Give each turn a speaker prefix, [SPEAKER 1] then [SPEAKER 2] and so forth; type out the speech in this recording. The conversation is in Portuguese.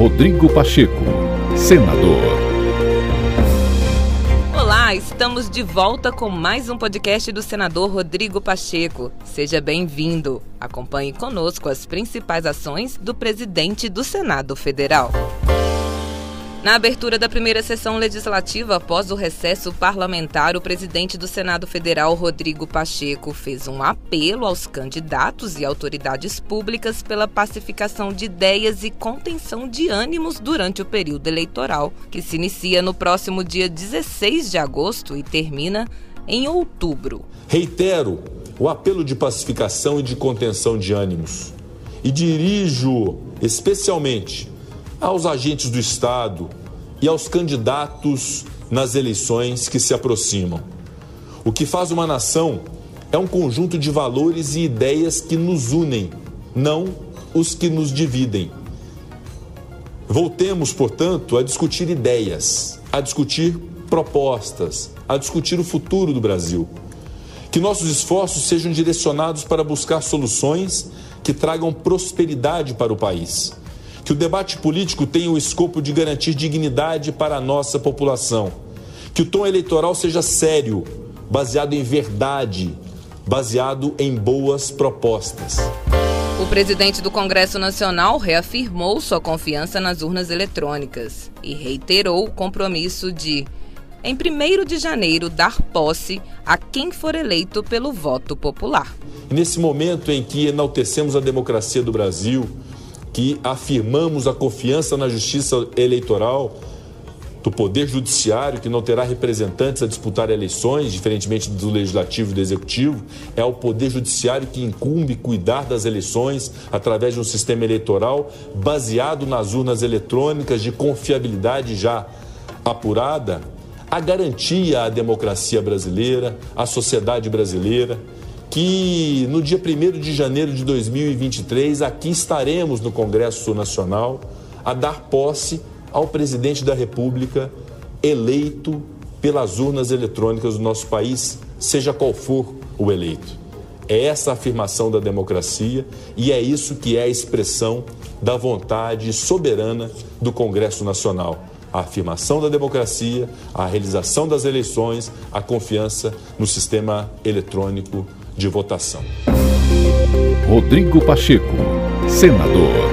[SPEAKER 1] Rodrigo Pacheco, senador.
[SPEAKER 2] Olá, estamos de volta com mais um podcast do senador Rodrigo Pacheco. Seja bem-vindo. Acompanhe conosco as principais ações do presidente do Senado Federal. Na abertura da primeira sessão legislativa após o recesso parlamentar, o presidente do Senado Federal, Rodrigo Pacheco, fez um apelo aos candidatos e autoridades públicas pela pacificação de ideias e contenção de ânimos durante o período eleitoral, que se inicia no próximo dia 16 de agosto e termina em outubro.
[SPEAKER 3] Reitero o apelo de pacificação e de contenção de ânimos e dirijo especialmente aos agentes do Estado e aos candidatos nas eleições que se aproximam. O que faz uma nação é um conjunto de valores e ideias que nos unem, não os que nos dividem. Voltemos, portanto, a discutir ideias, a discutir propostas, a discutir o futuro do Brasil. Que nossos esforços sejam direcionados para buscar soluções que tragam prosperidade para o país. Que o debate político tenha o escopo de garantir dignidade para a nossa população. Que o tom eleitoral seja sério, baseado em verdade, baseado em boas propostas.
[SPEAKER 2] O presidente do Congresso Nacional reafirmou sua confiança nas urnas eletrônicas e reiterou o compromisso de, em 1º de janeiro, dar posse a quem for eleito pelo voto popular.
[SPEAKER 3] Nesse momento em que enaltecemos a democracia do Brasil, que afirmamos a confiança na justiça eleitoral, do poder judiciário, que não terá representantes a disputar eleições, diferentemente do legislativo e do executivo, é ao poder judiciário que incumbe cuidar das eleições através de um sistema eleitoral baseado nas urnas eletrônicas de confiabilidade já apurada, a garantia à democracia brasileira, à sociedade brasileira, que no dia 1º de janeiro de 2023, aqui estaremos no Congresso Nacional a dar posse ao presidente da República eleito pelas urnas eletrônicas do nosso país, seja qual for o eleito. É essa a afirmação da democracia e é isso que é a expressão da vontade soberana do Congresso Nacional. A afirmação da democracia, a realização das eleições, a confiança no sistema eletrônico de votação.
[SPEAKER 1] Rodrigo Pacheco, senador.